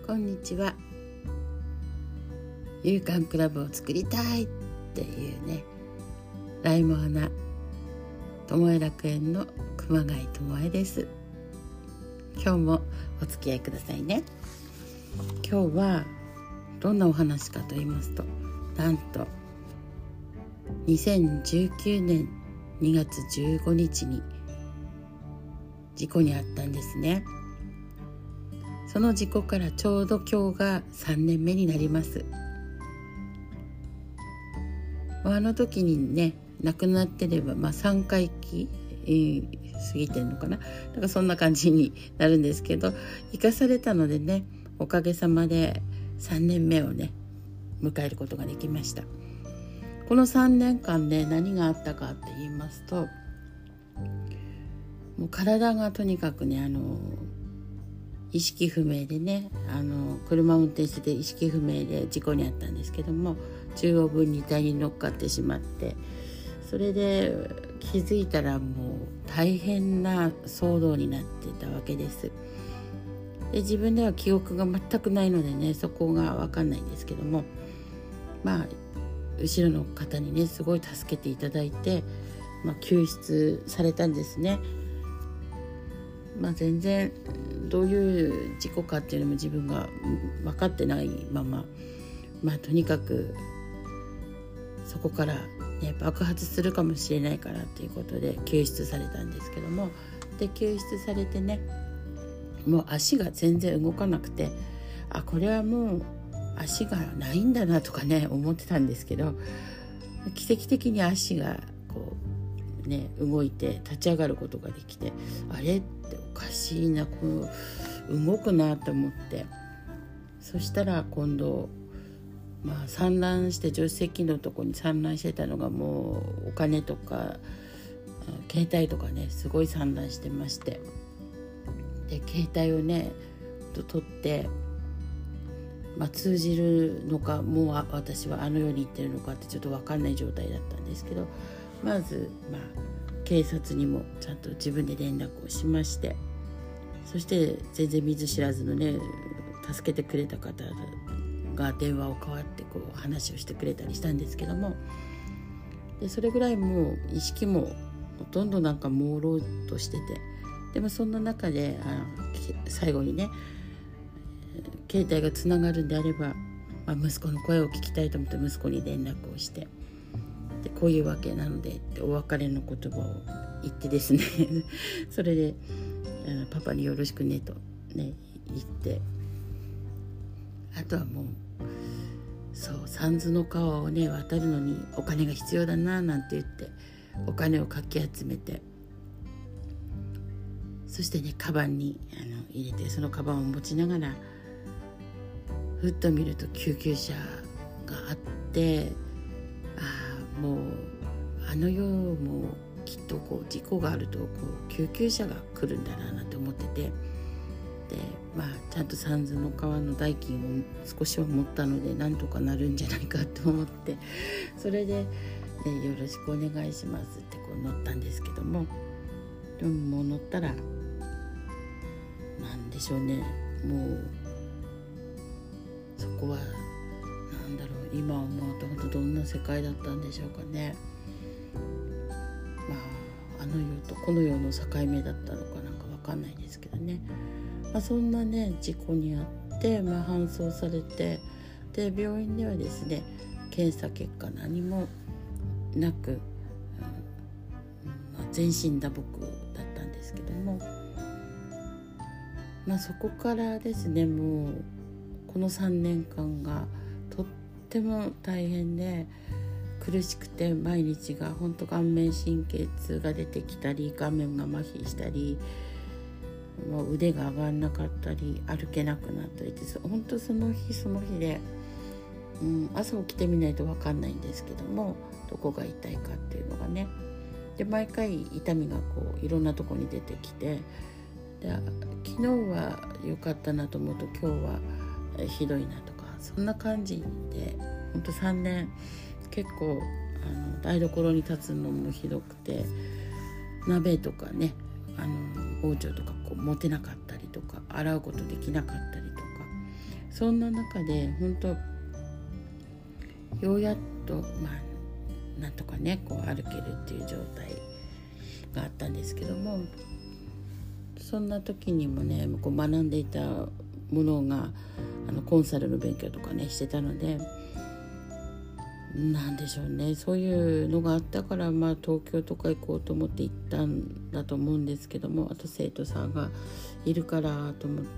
こんにちは。夕刊クラブを作りたいっていうね、来も花友恵楽園の熊谷智恵です。今日もお付き合いくださいね。今日はどんなお話かと言いますと、なんと2019年2月15日に事故に遭ったんですね。その事故からちょうど今日が3年目になります。あの時にね亡くなってれば、3回忌、過ぎてるのかな、だからそんな感じになるんですけど、生かされたのでね、おかげさまで3年目をね迎えることができました。この3年間で何があったかって言いますと、もう体がとにかくね意識不明でね、車を運転してて意識不明で事故に遭ったんですけども、中央分離帯に乗っかってしまって、それで気づいたらもう大変な騒動になってたわけです。で、自分では記憶が全くないのでね、そこが分かんないんですけども、後ろの方にねすごい助けていただいて、救出されたんですね。全然どういう事故かっていうのも自分が分かってないまま、とにかくそこから、爆発するかもしれないからということで救出されたんですけども、で救出されてね、もう足が全然動かなくて、これはもう足がないんだなとかね思ってたんですけど、奇跡的に足がこうね動いて立ち上がることができて、あれっておかしいな、動くなと思って、そしたら今度散乱して、助手席のとこに散乱してたのがもうお金とか携帯とかねすごい散乱してまして、で携帯をね取って、通じるのか、もう私はあの世に行ってるのかってちょっと分かんない状態だったんですけど、まず警察にもちゃんと自分で連絡をしまして、そして全然見ず知らずのね助けてくれた方が電話を代わって話をしてくれたりしたんですけども、でそれぐらいもう意識もほとんど朦朧としてて、でもそんな中で最後にね携帯がつながるんであれば、息子の声を聞きたいと思って息子に連絡をして、でこういうわけなのでってお別れの言葉を言ってですねそれでパパによろしくねとね言って、あとはもう三途の川をね渡るのにお金が必要だななんて言ってお金をかき集めて、そしてねカバンに入れて、そのカバンを持ちながらふっと見ると救急車があって、もうあの世もきっと事故があると救急車が来るんだななんて思ってて、でちゃんと三途の川の代金を少しは持ったのでなんとかなるんじゃないかと思って、それで、よろしくお願いしますって乗ったんですけども、でももう乗ったらなんでしょうね、もうそこは今思うと本当どんな世界だったんでしょうかね。あの世とこの世の境目だったのかなんか分かんないですけどね、そんなね事故に遭って、搬送されて、で病院ではですね検査結果何もなく、全身打撲だったんですけども、そこからですね、もうこの3年間がとっても大変で苦しくて、毎日が本当顔面神経痛が出てきたり、顔面が麻痺したり、もう腕が上がらなかったり歩けなくなったりって、本当その日その日で、朝起きてみないと分かんないんですけども、どこが痛いかっていうのがね、で毎回痛みがいろんなとこに出てきて、で昨日は良かったなと思うと今日はひどいなとか、そんな感じで本当3年結構台所に立つのもひどくて、鍋とかね包丁とか持てなかったりとか、洗うことできなかったりとか、 そんな中で本当ようやっとなんとかねこう歩けるっていう状態があったんですけども、そんな時にもねこう学んでいたものがコンサルの勉強とかねしてたので、なんでしょうね、そういうのがあったから、東京とか行こうと思って行ったんだと思うんですけども、あと生徒さんがいるからと思って、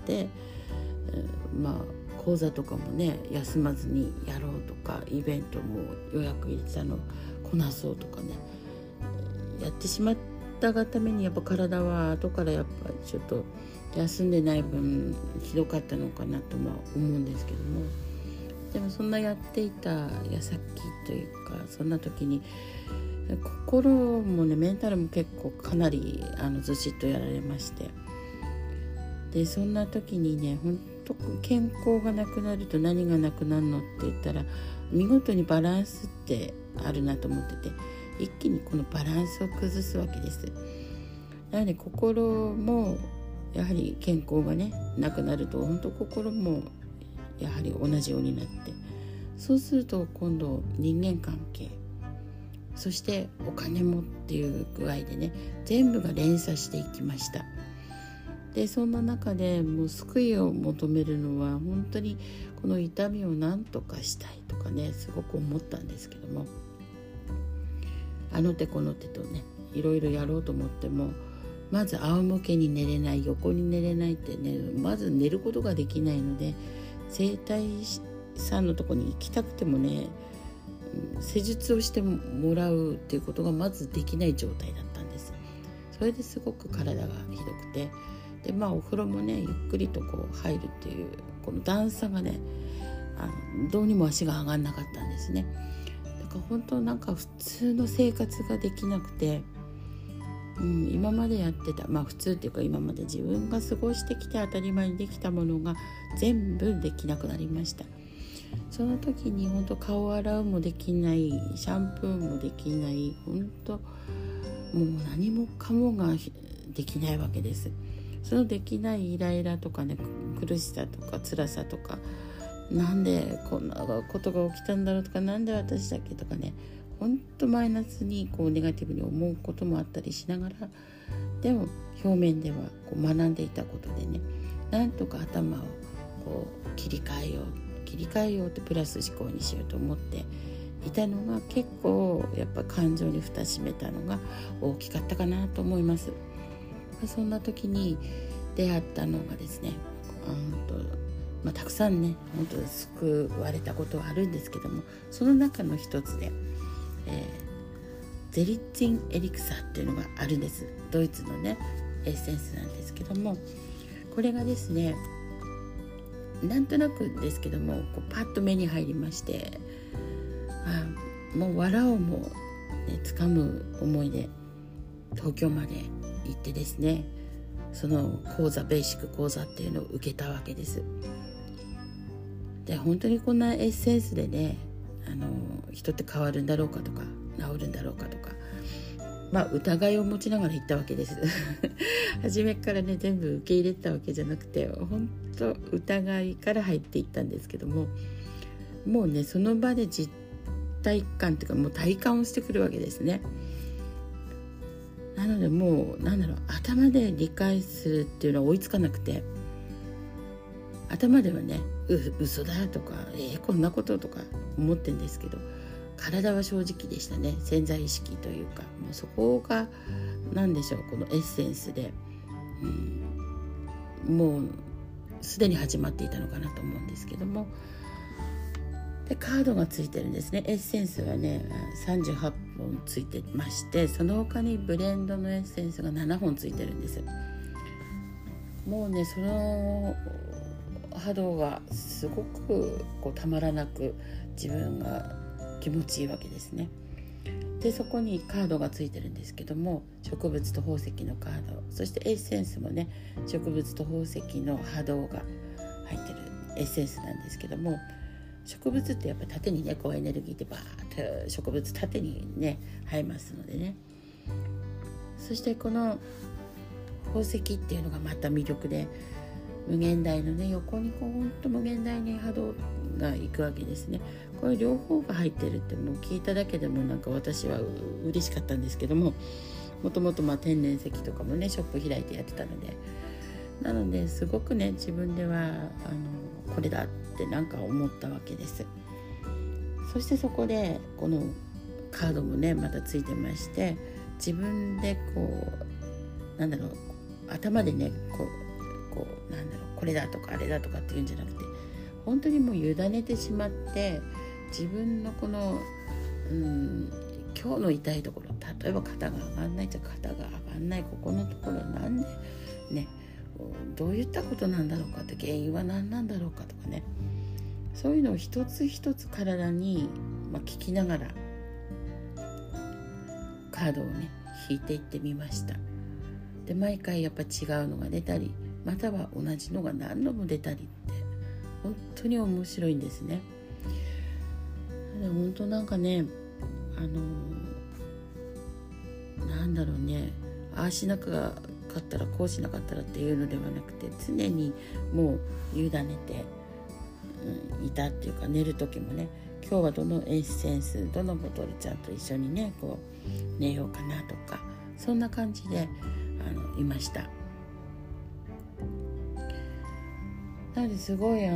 講座とかもね休まずにやろうとか、イベントも予約入れてたのこなそうとかねやってしまったがために、やっぱ体は後からやっぱちょっと休んでない分ひどかったのかなと思うんですけども、でもそんなやっていた矢先というか、そんな時に心もねメンタルも結構かなりずしっとやられまして、でそんな時にね本当健康がなくなると何がなくなるのって言ったら、見事にバランスってあるなと思ってて、一気にこのバランスを崩すわけです。なので心もやはり健康がねなくなると、本当心もやはり同じようになって、そうすると今度人間関係、そしてお金もっていう具合でね全部が連鎖していきました。でそんな中でもう救いを求めるのは本当にこの痛みを何とかしたいとかねすごく思ったんですけども、あの手この手とねいろいろやろうと思っても、まず仰向けに寝れない、横に寝れないってね、まず寝ることができないので、整体師さんのとこに行きたくてもね施術をしてもらうっていうことがまずできない状態だったんです。それですごく体がひどくて、でお風呂もねゆっくりとこう入るっていうこの段差がねどうにも足が上がんなかったんですね。だから本当普通の生活ができなくて、今までやってた普通っていうか今まで自分が過ごしてきて当たり前にできたものが全部できなくなりました。その時に本当顔洗うもできない、シャンプーもできない、本当もう何もかもができないわけです。そのできないイライラとかね苦しさとか辛さとか、なんでこんなことが起きたんだろうとか、なんで私だけとかね、本当マイナスにこうネガティブに思うこともあったりしながら、でも表面ではこう学んでいたことでね、なんとか頭をこう切り替えようってプラス思考にしようと思っていたのが、結構やっぱ感情に蓋閉めたのが大きかったかなと思います。そんな時に出会ったのがですね、たくさんね本当救われたことはあるんですけども、その中の一つで、ゼリッツィンエリクサっていうのがあるんです。ドイツのねエッセンスなんですけども、これがですねなんとなくですけどもこうパッと目に入りまして、もう藁をも、掴む思いで東京まで行ってですね、そのベーシック講座っていうのを受けたわけです。で本当にこんなエッセンスでね人って変わるんだろうかとか治るんだろうかとか、疑いを持ちながら行ったわけです初めからね全部受け入れたわけじゃなくて、本当疑いから入っていったんですけども、もうねその場で実体感というかもう体感をしてくるわけですね。なのでもう頭で理解するっていうのは追いつかなくて、頭ではね嘘だとかこんなこととか思ってるんですけど、体は正直でしたね。潜在意識というか、もうそこが何でしょう、このエッセンスで、もうすでに始まっていたのかなと思うんですけども、でカードがついてるんですね。エッセンスはね38本ついてまして、その他にブレンドのエッセンスが7本ついてるんです。もうねその波動がすごくこうたまらなく自分が気持ちいいわけですね。でそこにカードがついてるんですけども、植物と宝石のカード、そしてエッセンスもね植物と宝石の波動が入ってるエッセンスなんですけども、植物ってやっぱり縦にねこうエネルギーでバーッと植物縦にね生えますのでね、そしてこの宝石っていうのがまた魅力で、 無限大のね横にほんと無限大に波動が行くわけですね。これ両方が入ってるってもう聞いただけでもなんか私は嬉しかったんですけども、もともと天然石とかもねショップ開いてやってたので、なのですごくね自分ではこれだってなんか思ったわけです。そしてそこでこのカードもねまたついてまして、自分で頭でねこれだとかあれだとかっていうんじゃなくて、本当にもう委ねてしまって、自分のこの今日の痛いところ、例えば肩が上がんない肩が上がんない、ここのところなんでねどういったことなんだろうかって、原因は何なんだろうかとかね、そういうのを一つ一つ体に、聞きながらカードをね引いていってみました。で毎回やっぱ違うのが出たり、または同じのが何度も出たりって本当に面白いんですね。で本当なんかねああしなかったらこうしなかったらっていうのではなくて、常にもう委ねて、いたっていうか、寝る時もね今日はどのエッセンスどのボトルちゃんと一緒にね寝ようかなとか、そんな感じでいました。なのですごい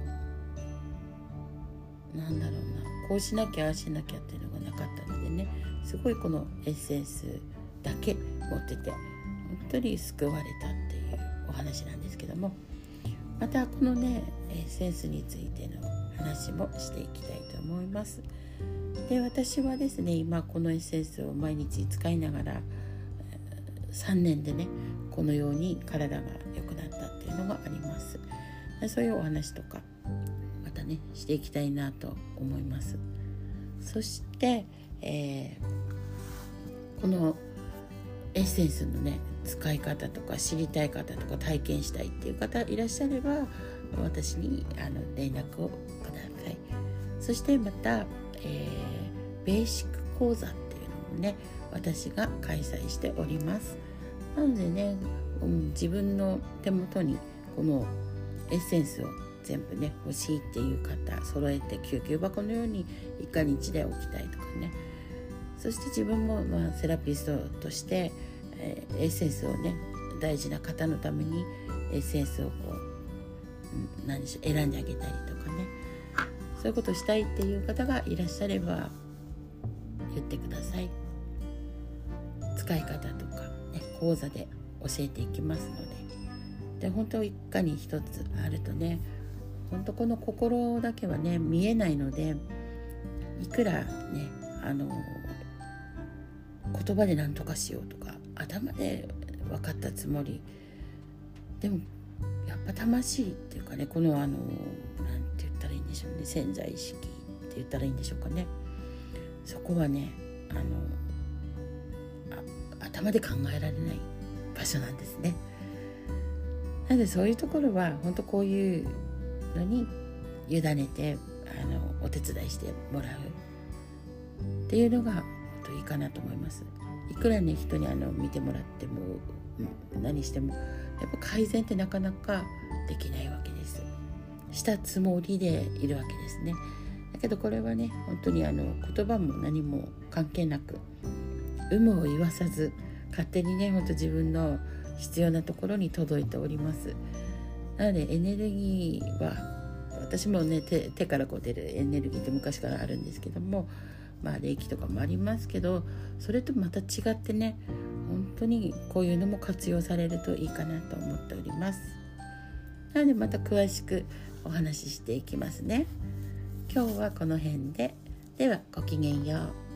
こうしなきゃああしなきゃっていうのがなかったのでね、すごいこのエッセンスだけ持ってて本当に救われたっていうお話なんですけども、またこのねエッセンスについての話もしていきたいと思います。で私はですね今このエッセンスを毎日使いながら3年でねこのように体が良くなったっていうのがあります。そういうお話とかまたねしていきたいなと思います。そして、このエッセンスのね使い方とか知りたい方とか体験したいっていう方いらっしゃれば私に連絡をください。そしてまた、ベーシック講座っていうのもね私が開催しております。なのでね、自分の手元にこのエッセンスを全部ね欲しいっていう方揃えて救急箱のように一家に一台置きたいとかね、そして自分もセラピストとしてエッセンスをね大事な方のためにエッセンスを選んであげたりとかね、そういうことをしたいっていう方がいらっしゃれば言ってください。使い方とか、ね、講座で教えていきますので、本当一家に一つあるとね、本当この心だけはね見えないので、いくらね言葉で何とかしようとか頭で分かったつもりでもやっぱ魂っていうかね、このなんて言ったらいいんでしょうね、潜在意識って言ったらいいんでしょうかね、そこはね頭で考えられない場所なんですね。なのでそういうところは本当こういうのに委ねてお手伝いしてもらうっていうのが本当いいかなと思います。いくらね人に見てもらっても何してもやっぱ改善ってなかなかできないわけです。したつもりでいるわけですね。だけどこれはね本当に言葉も何も関係なく有無を言わさず勝手にね本当自分の必要なところに届いております。なのでエネルギーは私もね 手から出るエネルギーって昔からあるんですけども、霊気とかもありますけど、それとまた違ってね本当にこういうのも活用されるといいかなと思っております。なのでまた詳しくお話ししていきますね。今日はこの辺で。ではごきげんよう。